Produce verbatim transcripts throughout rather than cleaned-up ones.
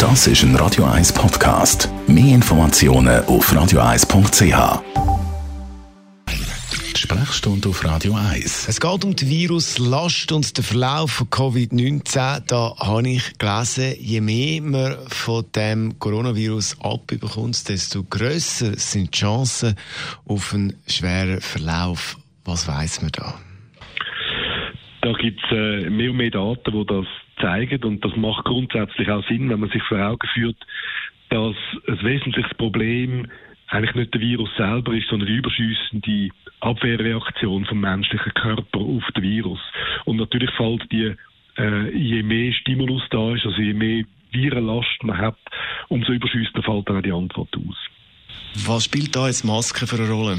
Das ist ein Radio eins Podcast. Mehr Informationen auf radio eins punkt c h. Sprechstunde auf Radio eins. Es geht um die Viruslast und den Verlauf von Covid neunzehn. Da habe ich gelesen, je mehr man von dem Coronavirus abbekommt, desto grösser sind die Chancen auf einen schweren Verlauf. Was weiss man da? Da gibt es äh, mehr und mehr Daten, die das zeigen, und das macht grundsätzlich auch Sinn, wenn man sich vor Augen führt, dass ein wesentliches Problem eigentlich nicht der Virus selber ist, sondern die überschüssende Abwehrreaktion vom menschlichen Körper auf den Virus. Und natürlich fällt die, äh, je mehr Stimulus da ist, also je mehr Virenlast man hat, umso überschüssender fällt dann auch die Antwort aus. Was spielt da jetzt Maske für eine Rolle?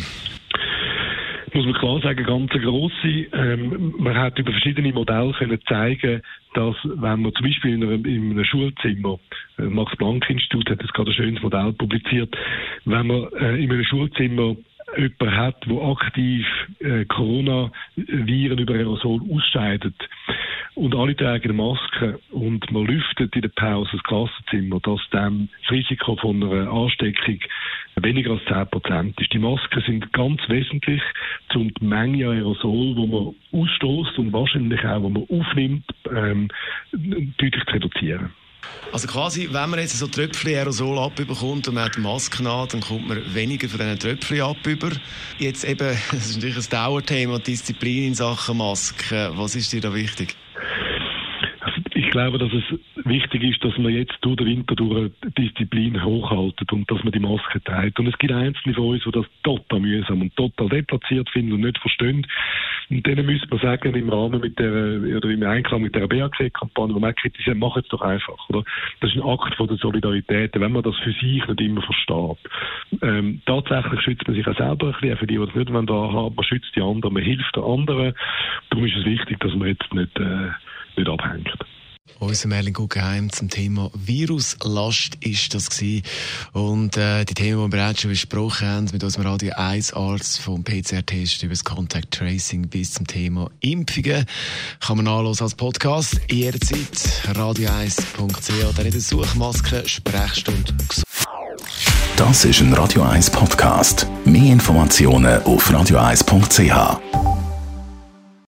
Muss man klar sagen, ganz eine grosse. Ähm, man hat über verschiedene Modelle können zeigen, dass wenn man zum Beispiel in einem, in einem Schulzimmer, das Max-Planck-Institut hat jetzt gerade ein schönes Modell publiziert, wenn man äh, in einem Schulzimmer jemanden hat, der aktiv äh, Coronaviren über Aerosol ausscheidet und alle tragen eine Maske und man lüftet in der Pause das Klassenzimmer, dass dann das Risiko von einer Ansteckung weniger als zehn Prozent ist. Die Masken sind ganz wesentlich, um die Menge an Aerosol, die man ausstößt und wahrscheinlich auch, die man aufnimmt, ähm, deutlich zu reduzieren. Also quasi, wenn man jetzt so Tröpfchen Aerosol abbekommt und man hat Masken an, dann kommt man weniger von diesen Tröpfchen ab über. Jetzt eben, das ist natürlich ein Dauerthema, Disziplin in Sachen Masken. Was ist dir da wichtig? Also ich glaube, dass es wichtig ist, dass man jetzt durch den Winter durch Disziplin hochhaltet und dass man die Maske trägt. Und es gibt Einzelne von uns, die das total mühsam und total deplatziert finden und nicht verstehen. Und denen müsste man sagen, im Rahmen mit der, oder im Einklang mit der B A C-Kampagne, wo man kritisiert, mach es doch einfach, oder? Das ist ein Akt von der Solidarität, wenn man das für sich nicht immer versteht. Ähm, tatsächlich schützt man sich auch selber ein bisschen, für die, die das nicht da haben, man schützt die anderen, man hilft den anderen. Darum ist es wichtig, dass man jetzt nicht, äh, nicht abhängt. Unser Merlin Guggenheim zum Thema Viruslast ist das gewesen. Und äh, die Themen, die wir auch schon besprochen haben, mit unserem Radio eins Arzt vom P C R-Test über das Contact Tracing bis zum Thema Impfungen, kann man nachhören als Podcast. Jederzeit radio eins punkt c h, dann in der Suchmaske Sprechstunde. Das ist ein Radio eins Podcast. Mehr Informationen auf radio eins punkt c h.